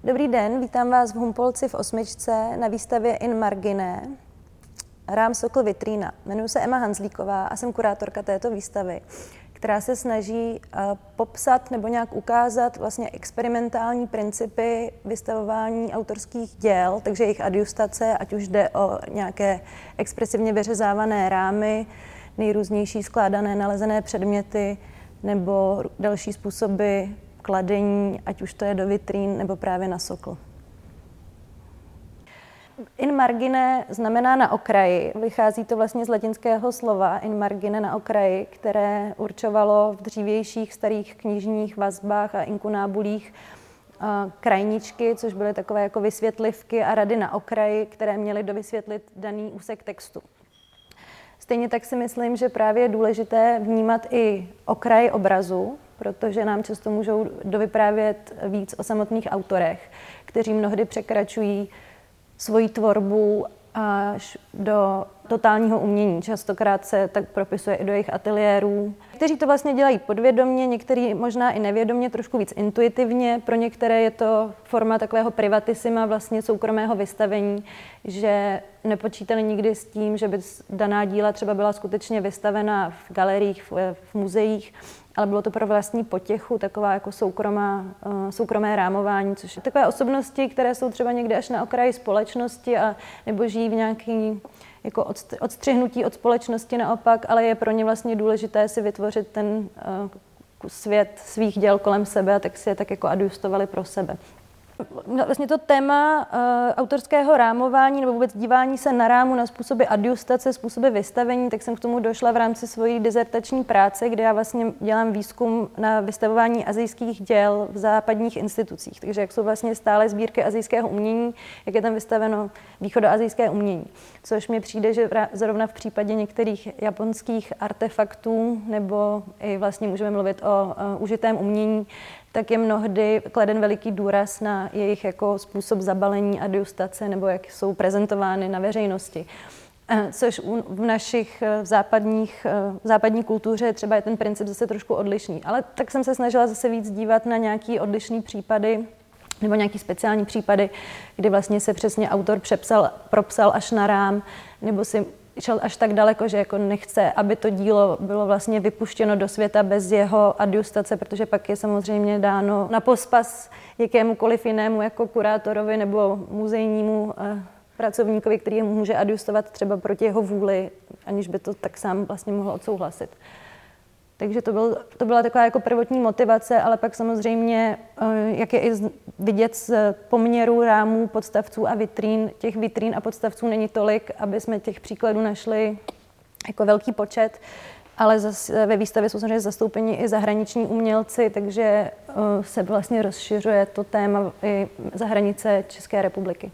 Dobrý den, vítám vás v Humpolci v Osmičce na výstavě In Margine, Rám Sokl vitrína. Jmenuji se Emma Hanzlíková a jsem kurátorka této výstavy, která se snaží popsat nebo nějak ukázat vlastně experimentální principy vystavování autorských děl, takže jejich adjustace, ať už jde o nějaké expresivně vyřezávané rámy, nejrůznější skládané nalezené předměty nebo další způsoby kladení, ať už to je do vitrín nebo právě na sokl. In margine znamená na okraji. Vychází to vlastně z latinského slova in margine, na okraji, které určovalo v dřívějších starých knižních vazbách a inkunábulích krajničky, což byly takové jako vysvětlivky a rady na okraji, které měly dovysvětlit daný úsek textu. Stejně tak si myslím, že právě je důležité vnímat i okraj obrazu, protože nám často můžou dovyprávět víc o samotných autorech, kteří mnohdy překračují svoji tvorbu až do totálního umění. Častokrát se tak propisuje i do jejich ateliérů. Někteří to vlastně dělají podvědomě, někteří možná i nevědomě, trošku víc intuitivně. Pro některé je to forma takového privatissima, vlastně soukromého vystavení, že nepočítali nikdy s tím, že by daná díla třeba byla skutečně vystavena v galeriích, v muzeích, ale bylo to pro vlastní potěchu, taková jako soukromé rámování, což je takové osobnosti, které jsou třeba někde až na okraji společnosti a nebo žijí v nějaký jako odstřihnutí od společnosti naopak, ale je pro ně vlastně důležité si vytvořit ten svět svých děl kolem sebe a tak si je tak jako adjustovali pro sebe. Vlastně to téma autorského rámování nebo vůbec dívání se na rámu, na způsoby adjustace, způsoby vystavení, tak jsem k tomu došla v rámci svojí dizertační práce, kde já vlastně dělám výzkum na vystavování asijských děl v západních institucích. Takže jak jsou vlastně stále sbírky asijského umění, jak je tam vystaveno východoasijské umění. Což mi přijde, že zrovna v případě některých japonských artefaktů, nebo i vlastně můžeme mluvit o užitém umění, tak je mnohdy kladen veliký důraz na jejich jako způsob zabalení, adjustace nebo jak jsou prezentovány na veřejnosti. Což v našich západní kultuře třeba je ten princip zase trošku odlišný. Ale tak jsem se snažila zase víc dívat na nějaký odlišný případy nebo nějaký speciální případy, kdy vlastně se přesně autor propsal až na rám, nebo si šel až tak daleko, že jako nechce, aby to dílo bylo vlastně vypuštěno do světa bez jeho adjustace, protože pak je samozřejmě dáno na pospas jakémukoliv jinému jako kurátorovi nebo muzejnímu pracovníkovi, který ho může adjustovat třeba proti jeho vůli, aniž by to tak sám vlastně mohl odsouhlasit. Takže to byla taková jako prvotní motivace, ale pak samozřejmě, jak je i vidět z poměru rámů, podstavců a vitrín, těch vitrín a podstavců není tolik, aby jsme těch příkladů našli jako velký počet, ale zase ve výstavě jsou samozřejmě zastoupeni i zahraniční umělci, takže se vlastně rozšiřuje to téma i za hranice České republiky.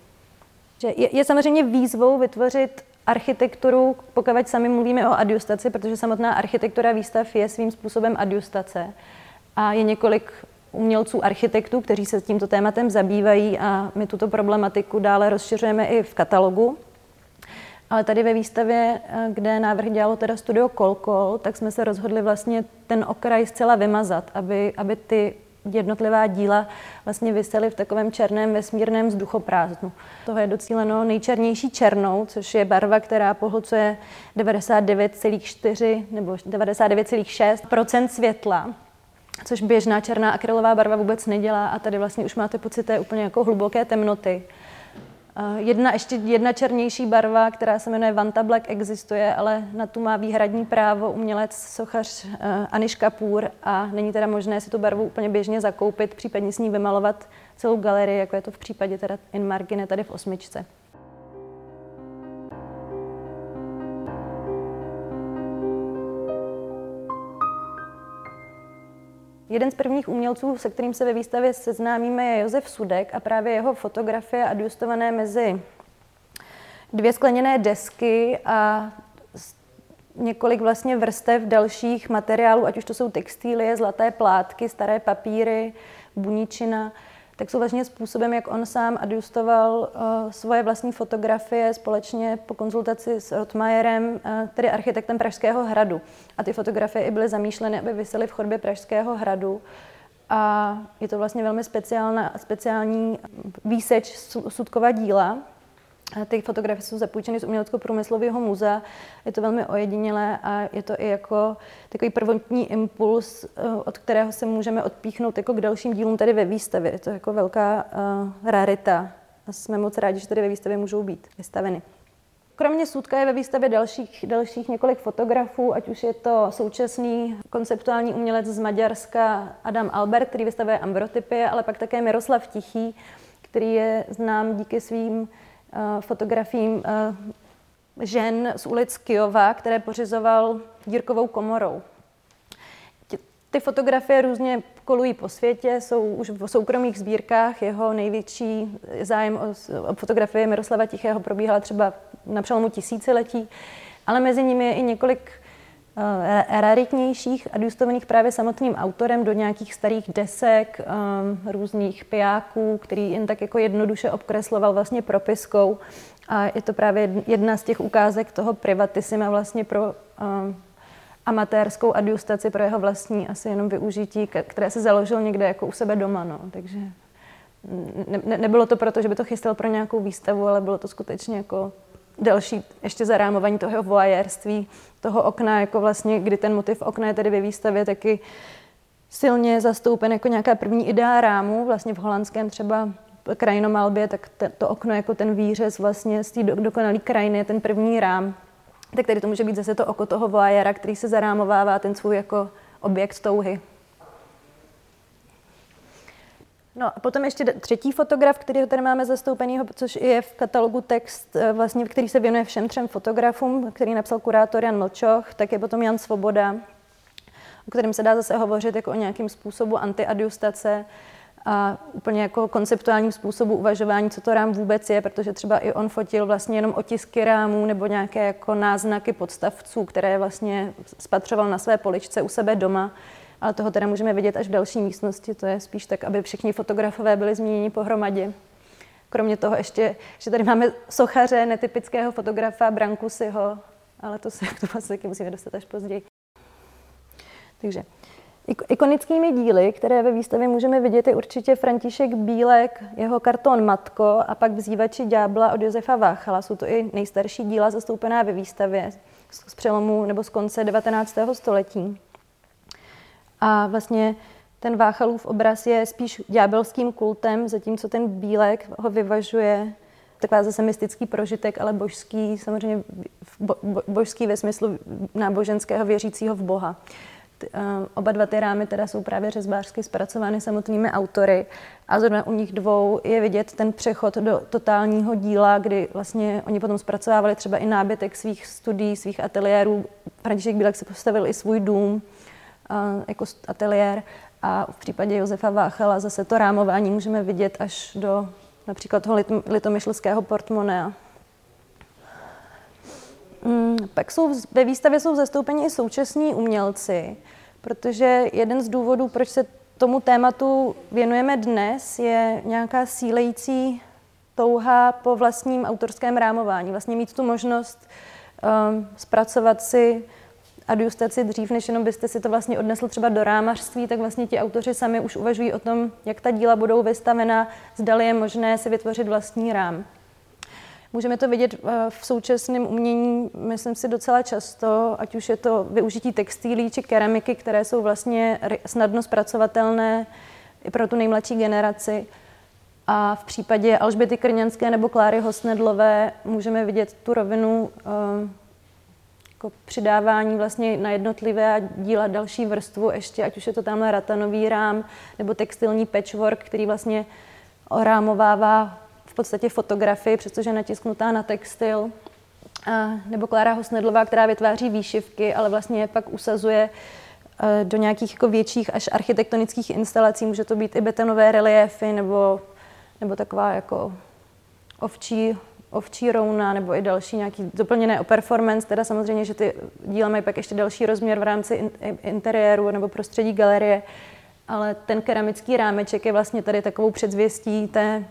Je samozřejmě výzvou vytvořit architekturu, pokud sami mluvíme o adjustaci, protože samotná architektura výstav je svým způsobem adjustace. A je několik umělců, architektů, kteří se tímto tématem zabývají a my tuto problematiku dále rozšiřujeme i v katalogu. Ale tady ve výstavě, kde návrh dělalo teda studio Kolkol, tak jsme se rozhodli vlastně ten okraj zcela vymazat, aby ty jednotlivá díla vlastně visely v takovém černém vesmírném vzduchoprázdnu. Toho je docíleno nejčernější černou, což je barva, která pohlcuje 99,4 nebo 99,6% světla, což běžná černá akrylová barva vůbec nedělá a tady vlastně už máte pocit té úplně jako hluboké temnoty. Ještě jedna černější barva, která se jmenuje Vanta Black, existuje, ale na tu má výhradní právo umělec, sochař Anish Kapoor a není teda možné si tu barvu úplně běžně zakoupit, případně s ní vymalovat celou galerii, jako je to v případě teda In Margine tady v Osmičce. Jeden z prvních umělců, se kterým se ve výstavě seznámíme, je Josef Sudek a právě jeho fotografie adjustované mezi dvě skleněné desky a několik vlastně vrstev dalších materiálů, ať už to jsou textilie, zlaté plátky, staré papíry, buničina, tak jsou vlastně způsobem, jak on sám adjustoval svoje vlastní fotografie společně po konzultaci s Rottmayerem, tedy architektem Pražského hradu. A ty fotografie i byly zamýšleny, aby visely v chodbě Pražského hradu. a je to vlastně velmi speciální výseč Sutkova díla. Ty fotografie jsou zapůjčeny z Umělecko-průmyslového muzea. Je to velmi ojedinělé a je to i jako takový prvotní impuls, od kterého se můžeme odpíchnout jako k dalším dílům tady ve výstavě. Je to jako velká rarita a jsme moc rádi, že tady ve výstavě můžou být vystaveny. Kromě Sutka je ve výstavě dalších několik fotografů, ať už je to současný konceptuální umělec z Maďarska Adam Albert, který vystavuje ambrotypie, ale pak také Miroslav Tichý, který je znám díky svým fotografiím žen z ulic Kyjova, které pořizoval dírkovou komorou. Ty fotografie různě kolují po světě, jsou už v soukromých sbírkách. Jeho největší zájem o fotografie Miroslava Tichého probíhala třeba na přelomu tisíciletí, ale mezi nimi je i několik raritnějších, adjustovaných právě samotným autorem do nějakých starých desek, různých pijáků, který jen tak jako jednoduše obkresloval vlastně propiskou. A je to právě jedna z těch ukázek toho privatissima vlastně pro amatérskou adjustaci, pro jeho vlastní asi jenom využití, které se založil někde jako u sebe doma. No. Takže nebylo to proto, že by to chystal pro nějakou výstavu, ale bylo to skutečně jako další ještě zarámování toho voyérství, toho okna, jako vlastně, kdy ten motiv okna je tady ve výstavě taky silně zastoupen jako nějaká první idea rámu, vlastně v holandském třeba krajinomalbě, tak to okno jako ten výřez vlastně z té dokonalé krajiny je ten první rám. Tak tady to může být zase to oko toho voyéra, který se zarámovává ten svůj jako objekt touhy. No a potom ještě třetí fotograf, kterýho tady máme zastoupenýho, což je v katalogu text, vlastně, který se věnuje všem třem fotografům, který napsal kurátor Jan Mlčoch, tak je potom Jan Svoboda, o kterém se dá zase hovořit jako o nějakém způsobu antiadjustace a úplně jako konceptuálním způsobu uvažování, co to rám vůbec je, protože třeba i on fotil vlastně jenom otisky rámů nebo nějaké jako náznaky podstavců, které vlastně spatřoval na své poličce u sebe doma. Ale toho teda můžeme vidět až v další místnosti, to je spíš tak, aby všichni fotografové byli zmíněni pohromadě. Kromě toho ještě, že tady máme sochaře, netypického fotografa Brancusiho, ale to se k tomu asi taky musíme dostat až později. Takže ikonickými díly, které ve výstavě můžeme vidět, je určitě František Bílek, jeho karton Matko a pak Vzývači ďábla od Josefa Váchala. Jsou to i nejstarší díla zastoupená ve výstavě z přelomu nebo z konce 19. století. A vlastně ten Váchalův obraz je spíš ďábelským kultem, zatímco ten Bílek ho vyvažuje taková zase mystický prožitek, ale božský, samozřejmě božský ve smyslu náboženského věřícího v Boha. Oba dva ty rámy teda jsou právě řezbářsky zpracovány samotnými autory a zrovna u nich dvou je vidět ten přechod do totálního díla, kdy vlastně oni potom zpracovávali třeba i nábytek svých studií, svých ateliérů. František Bílek si postavil i svůj dům jako ateliér a v případě Josefa Váchala zase to rámování můžeme vidět až do například toho litomyšlského portmonea. Pak ve výstavě jsou zastoupeni i současní umělci, protože jeden z důvodů, proč se tomu tématu věnujeme dnes, je nějaká sílející touha po vlastním autorském rámování. Vlastně mít tu možnost zpracovat si adjustaci dřív, než jenom byste si to vlastně odnesl třeba do rámařství, tak vlastně ti autoři sami už uvažují o tom, jak ta díla budou vystavena, zdali je možné si vytvořit vlastní rám. Můžeme to vidět v současném umění, myslím si, docela často, ať už je to využití textilí či keramiky, které jsou vlastně snadno zpracovatelné i pro tu nejmladší generaci. A v případě Alžběty Krňanské nebo Kláry Hosnedlové můžeme vidět tu rovinu jako přidávání vlastně na jednotlivé díla další vrstvu, ještě ať už je to tamhle ratanový rám nebo textilní patchwork, který vlastně orámovává v podstatě fotografii, přestože je natisknutá na textil. Nebo Klára Hosnedlová, která vytváří výšivky, ale vlastně je pak usazuje do nějakých jako větších až architektonických instalací. Může to být i betonové reliéfy nebo taková jako ovčí rouna nebo i další nějaký doplněné o performance. Teda samozřejmě, že ty díla mají pak ještě další rozměr v rámci interiéru nebo prostředí galerie, ale ten keramický rámeček je vlastně tady takovou předzvěstí té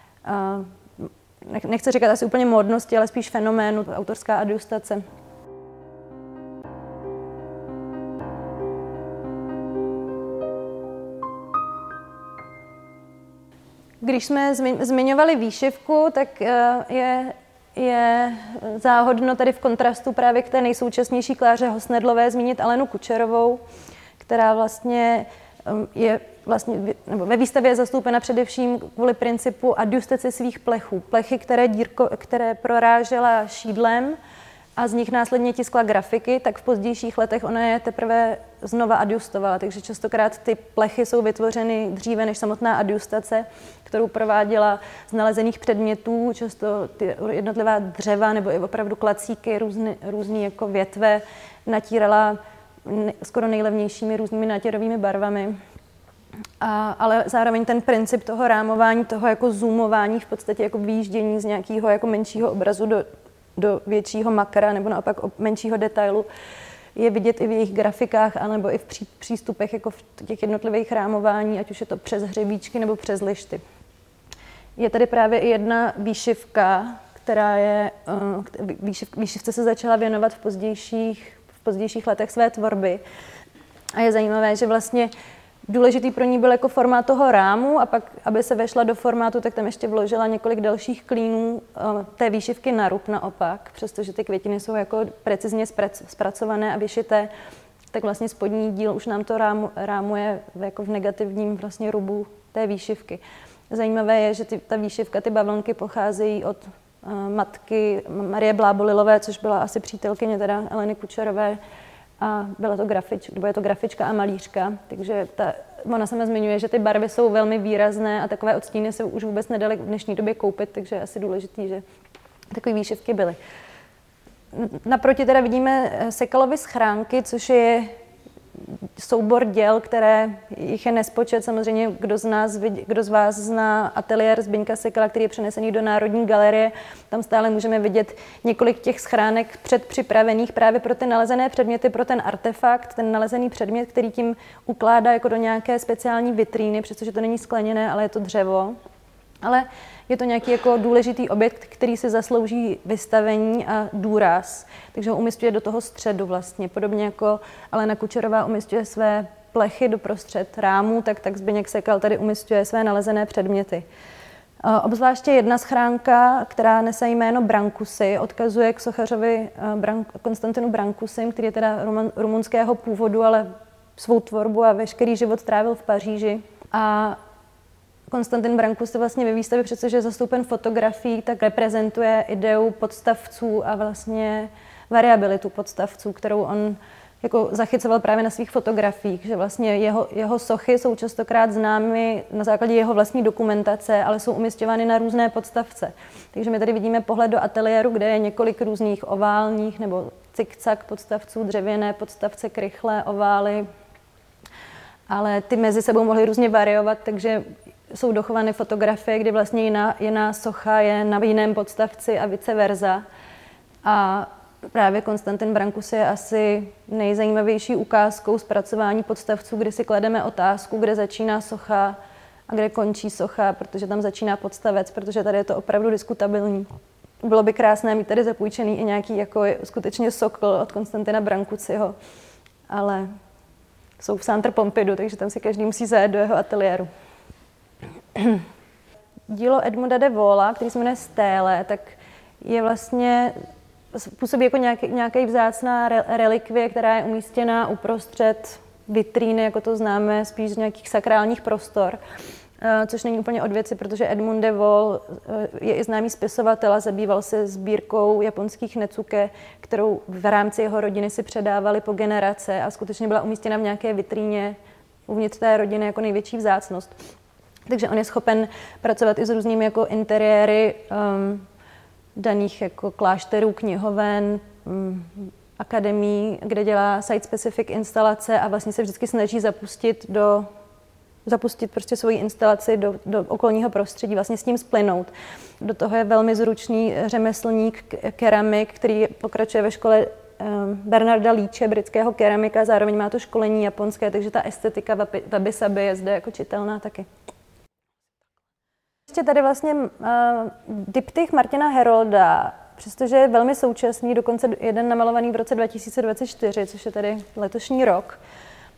nechci říkat asi úplně módnosti, ale spíš fenoménu autorská adjustace. Když jsme zmiňovali výšivku, tak je záhodno tady v kontrastu právě k té nejsoučasnější Kláře Hosnedlové zmínit Alenu Kučerovou, která vlastně je nebo ve výstavě je zastoupena především kvůli principu adjustace svých plechů. Plechy, které prorážela šídlem a z nich následně tiskla grafiky, tak v pozdějších letech ona je teprve znova adjustovala. Takže častokrát ty plechy jsou vytvořeny dříve než samotná adjustace, kterou prováděla z nalezených předmětů, často ty jednotlivá dřeva nebo i opravdu klacíky, různý jako větve natírala skoro nejlevnějšími různými nátěrovými barvami. Ale zároveň ten princip toho rámování, toho jako zoomování, v podstatě jako výjíždění z nějakého jako menšího obrazu do většího makra nebo naopak menšího detailu je vidět i v jejich grafikách anebo i v přístupech jako v těch jednotlivých rámování, ať už je to přes hřebíčky nebo přes lišty. Je tady právě i jedna výšivka, která je, výšivce se začala věnovat v pozdějších letech své tvorby. A je zajímavé, že vlastně důležitý pro ní byl jako formát toho rámu a pak, aby se vešla do formátu, tak tam ještě vložila několik dalších klínů té výšivky na rub naopak, přestože ty květiny jsou jako precizně zpracované a vyšité, tak vlastně spodní díl už nám to rámuje jako v negativním vlastně rubu té výšivky. Zajímavé je, že ta výšivka, ty bavlnky pocházejí od matky Marie Blábolilové, což byla asi přítelkyně teda Aleny Kučerové, a je to grafička a malířka, takže ona sama zmiňuje, že ty barvy jsou velmi výrazné a takové odstíny se už vůbec nedaly v dnešní době koupit, takže je asi důležitý, že takové výšivky byly. Naproti teda vidíme Sekalovy schránky, což je soubor děl, které jich je nespočet. Samozřejmě, kdo z vás zná ateliér Zbyňka Sekala, který je přenesený do Národní galerie, tam stále můžeme vidět několik těch schránek předpřipravených právě pro ty nalezené předměty, pro ten artefakt, ten nalezený předmět, který tím ukládá jako do nějaké speciální vitríny, přestože to není skleněné, ale je to dřevo. Ale je to nějaký jako důležitý objekt, který si zaslouží vystavení a důraz, takže ho umísťuje do toho středu vlastně. Podobně jako Alena Kučerová umísťuje své plechy doprostřed rámu, tak Zbyněk Sekal tady umísťuje své nalezené předměty. Obzvláště jedna schránka, která nese jméno Brancusi, odkazuje k sochařovi Konstantinu Brancusim, který je teda rumunského původu, ale svou tvorbu a veškerý život trávil v Paříži. A Konstantin Brancusi vlastně ve výstavě, přestože je zastoupen fotografií, tak reprezentuje ideu podstavců a vlastně variabilitu podstavců, kterou on jako zachycoval právě na svých fotografiích, že vlastně jeho sochy jsou častokrát známy na základě jeho vlastní dokumentace, ale jsou umisťovány na různé podstavce. Takže my tady vidíme pohled do ateliéru, kde je několik různých oválních nebo cikcak podstavců, dřevěné podstavce, krychlé, ovály, ale ty mezi sebou mohly různě variovat, takže jsou dochovány fotografie, kdy vlastně jiná socha je na jiném podstavci a vice versa. A právě Konstantin Brancusi je asi nejzajímavější ukázkou zpracování podstavců, kdy si klademe otázku, kde začíná socha a kde končí socha, protože tam začíná podstavec, protože tady je to opravdu diskutabilní. Bylo by krásné mít tady zapůjčený i nějaký jako skutečně sokl od Konstantina Brancusiho, ale jsou v Centre Pompidou, takže tam si každý musí zajet do jeho ateliéru. Dílo Edmunda de Wohla, který se jmenuje Stéle, tak je vlastně, působí jako nějaký vzácná relikvie, která je umístěná uprostřed vitríny, jako to známe, spíš z nějakých sakrálních prostor, což není úplně od věci, protože Edmund de Wohl je i známý spisovatel a zabýval se sbírkou japonských necuke, kterou v rámci jeho rodiny si předávali po generace a skutečně byla umístěna v nějaké vitríně uvnitř té rodiny jako největší vzácnost. Takže on je schopen pracovat i s různými jako interiéry daných jako klášterů, knihoven, akademií, kde dělá site-specific instalace a vlastně se vždycky snaží zapustit prostě svoji instalaci do okolního prostředí, vlastně s tím splynout. Do toho je velmi zručný řemeslník, keramik, který pokračuje ve škole Bernarda Leache, britského keramika, zároveň má to školení japonské, takže ta estetika wabi-sabi je zde jako čitelná taky. Ještě tady vlastně diptych Martina Herolda, přestože je velmi současný, dokonce jeden namalovaný v roce 2024, což je tady letošní rok,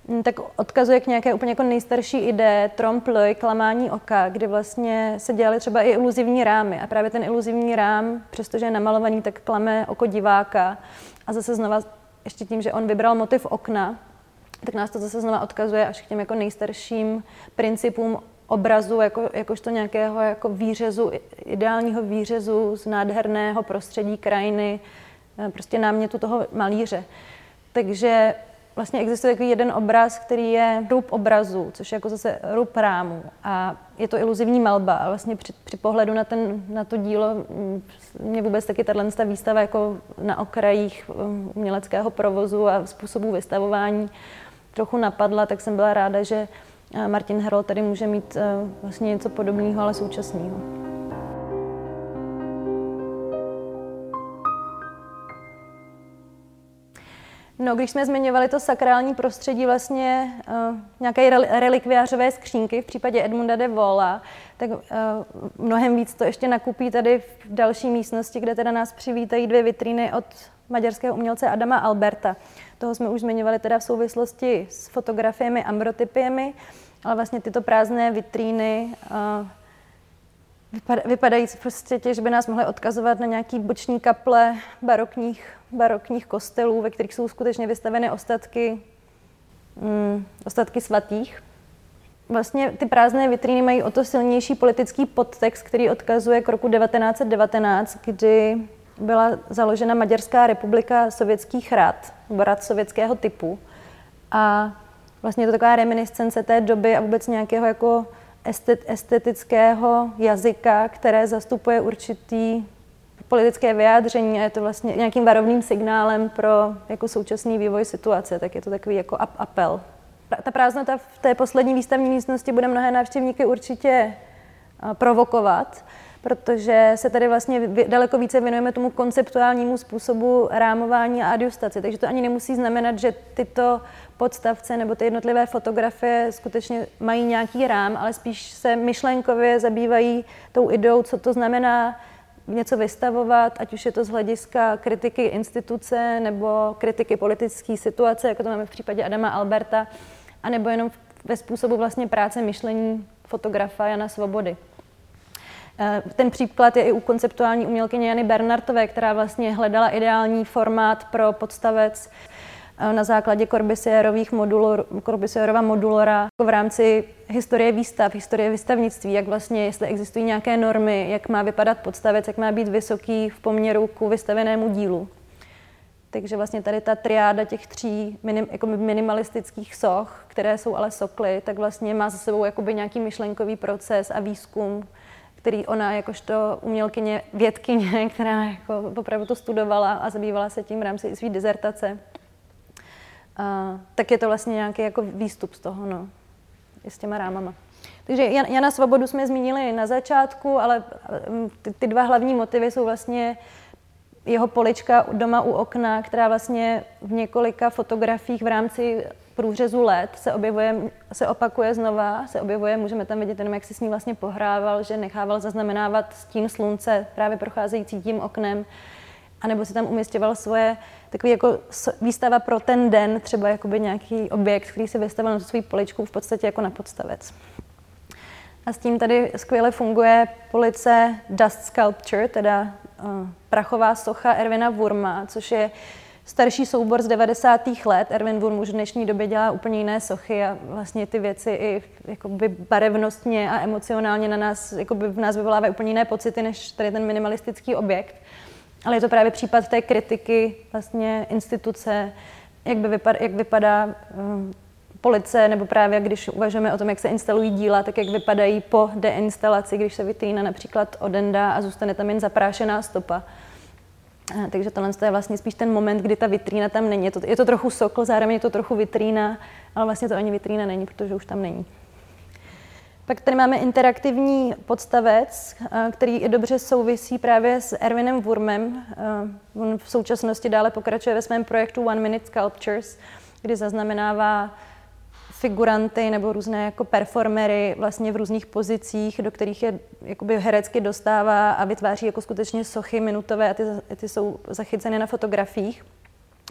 tak odkazuje k nějaké úplně jako nejstarší ideje, trompe-l'œil, klamání oka, kdy vlastně se dělaly třeba i iluzivní rámy a právě ten iluzivní rám, přestože je namalovaný, tak klame oko diváka a zase znova ještě tím, že on vybral motiv okna, tak nás to zase znova odkazuje až k těm jako nejstarším principům obrazu, jakožto nějakého jako výřezu, ideálního výřezu z nádherného prostředí krajiny, prostě námětu toho malíře. Takže vlastně existuje takový jeden obraz, který je rub obrazu, což je jako zase rub rámu. A je to iluzivní malba. A vlastně při pohledu na to dílo mě vůbec taky tato výstava jako na okrajích uměleckého provozu a způsobů vystavování trochu napadla, tak jsem byla ráda, že Martin Herold tady může mít vlastně něco podobného, ale současného. No, když jsme zmiňovali to sakrální prostředí, vlastně nějaké relikviářové skřínky v případě Edmunda de Wohla, tak mnohem víc to ještě nakupí tady v další místnosti, kde teda nás přivítají 2 vitríny od maďarského umělce Adama Alberta. Toho jsme už zmiňovali teda v souvislosti s fotografiemi, ambrotypiemi, ale vlastně tyto prázdné vitríny vypadají prostě, že by nás mohly odkazovat na nějaký boční kaple barokních kostelů, ve kterých jsou skutečně vystaveny ostatky svatých. Vlastně ty prázdné vitríny mají o to silnější politický podtext, který odkazuje k roku 1919, kdy byla založena Maďarská republika sovětských rad, nebo rad sovětského typu. A vlastně je to taková reminiscence té doby a vůbec nějakého jako estetického jazyka, které zastupuje určitý politické vyjádření a je to vlastně nějakým varovným signálem pro jako současný vývoj situace, tak je to takový jako apel. Ta prázdnota v té poslední výstavní místnosti bude mnohé návštěvníky určitě provokovat, protože se tady vlastně daleko více věnujeme tomu konceptuálnímu způsobu rámování a adjustace. Takže to ani nemusí znamenat, že tyto podstavce nebo ty jednotlivé fotografie skutečně mají nějaký rám, ale spíš se myšlenkově zabývají tou ideou, co to znamená něco vystavovat, ať už je to z hlediska kritiky instituce nebo kritiky politické situace, jako to máme v případě Adama Alberta, anebo jenom ve způsobu vlastně práce myšlení fotografa Jana Svobody. Ten příklad je i u konceptuální umělkyně Jany Bernardtové, která vlastně hledala ideální formát pro podstavec na základě Corbusierova modulora v rámci historie výstav, historie výstavnictví, jak vlastně, jestli existují nějaké normy, jak má vypadat podstavec, jak má být vysoký v poměru k vystavenému dílu. Takže vlastně tady ta triáda těch 3 minimalistických soch, které jsou ale sokly, tak vlastně má za sebou jakoby nějaký myšlenkový proces a výzkum, který ona jakožto umělkyně, vědkyně, která jako opravdu to studovala a zabývala se tím v rámci své dizertace, tak je to vlastně nějaký jako výstup z toho, no, i s těma rámama. Takže Jana Svobodu jsme zmínili na začátku, ale ty 2 hlavní motivy jsou vlastně jeho polička doma u okna, která vlastně v několika fotografiích v rámci průřezu let se opakuje znova, můžeme tam vidět jenom, jak si s ní vlastně pohrával, že nechával zaznamenávat stín slunce právě procházející tím oknem, anebo si tam umisťoval svoje takový jako výstava pro ten den, třeba jakoby nějaký objekt, který si vystavil na svou poličku v podstatě jako na podstavec. A s tím tady skvěle funguje police Dust Sculpture, teda prachová socha Erwina Wurma, což je starší soubor z 90. let. Erwin Wurm už v dnešní době dělá úplně jiné sochy a vlastně ty věci i jakoby barevnostně a emocionálně v nás vyvolávají úplně jiné pocity, než tady ten minimalistický objekt. Ale je to právě případ té kritiky vlastně instituce, jak vypadá police, nebo právě když uvažujeme o tom, jak se instalují díla, tak jak vypadají po deinstalaci, když se vitrína například odendá a zůstane tam jen zaprášená stopa. Takže tohle je vlastně spíš ten moment, kdy ta vitrína tam není. Je to trochu sokl, zároveň je to trochu vitrína, ale vlastně to ani vitrína není, protože už tam není. Pak tady máme interaktivní podstavec, který i dobře souvisí právě s Erwinem Wurmem. On v současnosti dále pokračuje ve svém projektu One Minute Sculptures, kdy zaznamenává figuranty nebo různé jako performery vlastně v různých pozicích, do kterých je jakoby herecky dostává a vytváří jako skutečně sochy minutové a ty jsou zachyceny na fotografiích.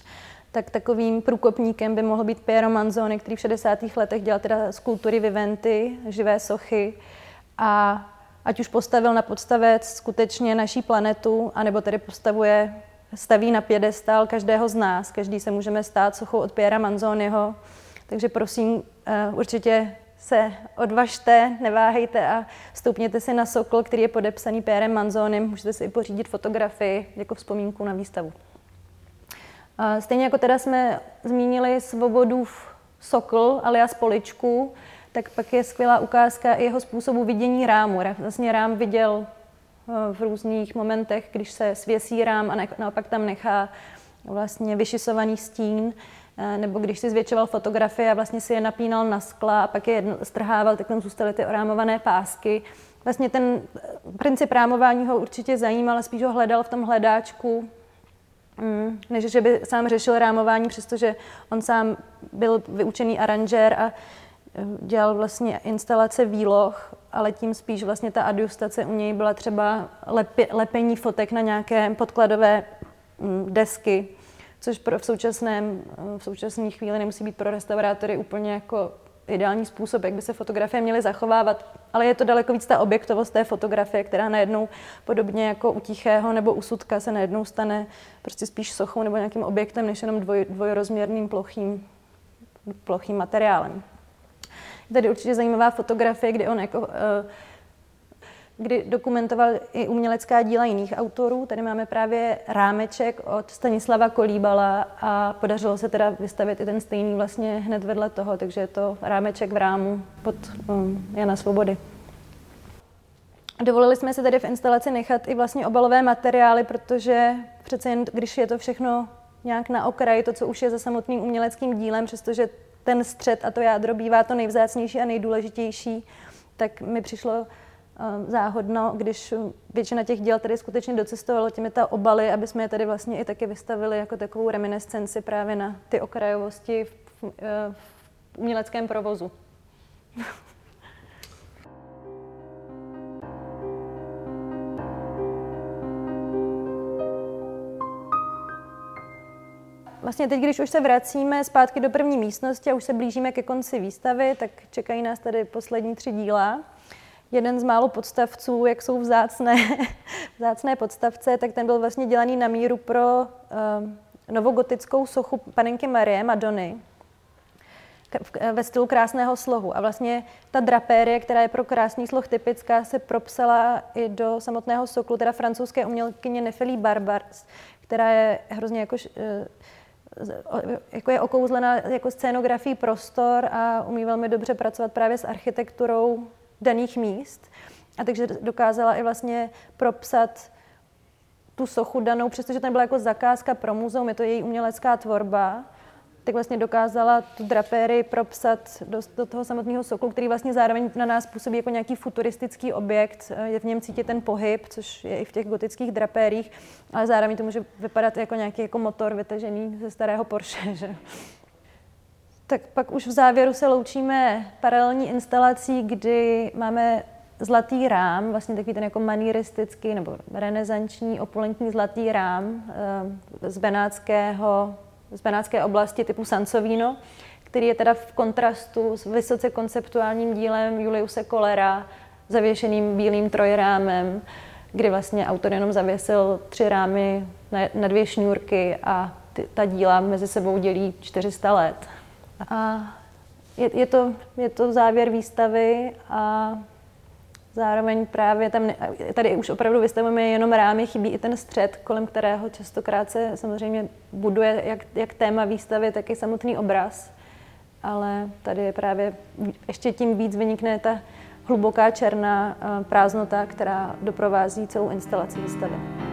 tak takovým průkopníkem by mohl být Piero Manzoni, který v 60. letech dělal teda skulptury Viventy, živé sochy, a ať už postavil na podstavec skutečně naší planetu, anebo tedy staví na piedestál každého z nás. Každý se můžeme stát sochou od Piera Manzoniho. Takže prosím, určitě se odvažte, neváhejte a stoupněte si na sokl, který je podepsaný Pierrem Manzonim. Můžete si i pořídit fotografii jako vzpomínku na výstavu. Stejně jako teda jsme zmínili Svobodův sokl alias Poličku, tak pak je skvělá ukázka i jeho způsobu vidění rámu. Vlastně rám viděl v různých momentech, když se svěsí rám a naopak tam nechá vlastně vyšisovaný stín, nebo když si zvětšoval fotografie a vlastně si je napínal na skla a pak je strhával, tak tam zůstaly ty orámované pásky. Vlastně ten princip rámování ho určitě zajímal, ale spíš ho hledal v tom hledáčku, než že by sám řešil rámování, přestože on sám byl vyučený aranžér a dělal vlastně instalace výloh, ale tím spíš vlastně ta adjustace u něj byla třeba lepení fotek na nějaké podkladové desky, což v současné chvíli nemusí být pro restaurátory úplně jako ideální způsob, jak by se fotografie měly zachovávat, ale je to daleko víc ta objektovost té fotografie, která najednou podobně jako u Tichého nebo u Sutka se najednou stane prostě spíš sochou nebo nějakým objektem, než jenom dvojrozměrným plochým materiálem. Je tady určitě zajímavá fotografie, kdy dokumentoval i umělecká díla jiných autorů. Tady máme právě rámeček od Stanislava Kolíbala a podařilo se teda vystavit i ten stejný vlastně hned vedle toho, takže je to rámeček v rámu pod Jana Svobody. Dovolili jsme se tady v instalaci nechat i vlastně obalové materiály, protože přece jen, když je to všechno nějak na okraji, to, co už je za samotným uměleckým dílem, přestože ten střed a to jádro bývá to nejvzácnější a nejdůležitější, tak mi přišlo záhodno, když většina těch děl tady skutečně docestovalo těmito obaly, aby jsme je tady vlastně i taky vystavili jako takovou reminiscenci právě na ty okrajovosti v uměleckém provozu. Vlastně teď, když už se vracíme zpátky do první místnosti a už se blížíme ke konci výstavy, tak čekají nás tady poslední 3 díla. Jeden z málo podstavců, jak jsou vzácné podstavce, tak ten byl vlastně dělaný na míru pro novogotickou sochu Panenky Marie, Madony, ve stylu krásného slohu. A vlastně ta drapérie, která je pro krásný sloh typická, se propsala i do samotného soklu, teda francouzské umělkyně Nefeli Barbars, která je hrozně jako je okouzlená jako scénografií prostor a umí velmi dobře pracovat právě s architekturou daných míst. A takže dokázala i vlastně propsat tu sochu danou, přestože to nebyla jako zakázka pro muzeum, je to její umělecká tvorba, tak vlastně dokázala tu drapérii propsat do toho samotného soklu, který vlastně zároveň na nás působí jako nějaký futuristický objekt, je v něm cítit ten pohyb, což je i v těch gotických drapériích, ale zároveň to může vypadat jako nějaký jako motor vytažený ze starého Porsche, že? Tak pak už v závěru se loučíme paralelní instalací, kdy máme zlatý rám, vlastně takový ten jako manieristický nebo renesanční opulentní zlatý rám z benátské oblasti typu Sansovino, který je teda v kontrastu s vysoce konceptuálním dílem Juliuse Kollera, zavěšeným bílým trojrámem, kdy vlastně autor jenom zavěsil 3 rámy na 2 šňůrky a ta díla mezi sebou dělí 400 let. A je to závěr výstavy a zároveň právě tam, tady už opravdu vystavujeme jenom rámy, chybí i ten střed, kolem kterého častokrát se samozřejmě buduje jak téma výstavy, tak i samotný obraz. Ale tady je právě ještě tím víc vynikne ta hluboká černá prázdnota, která doprovází celou instalaci výstavy.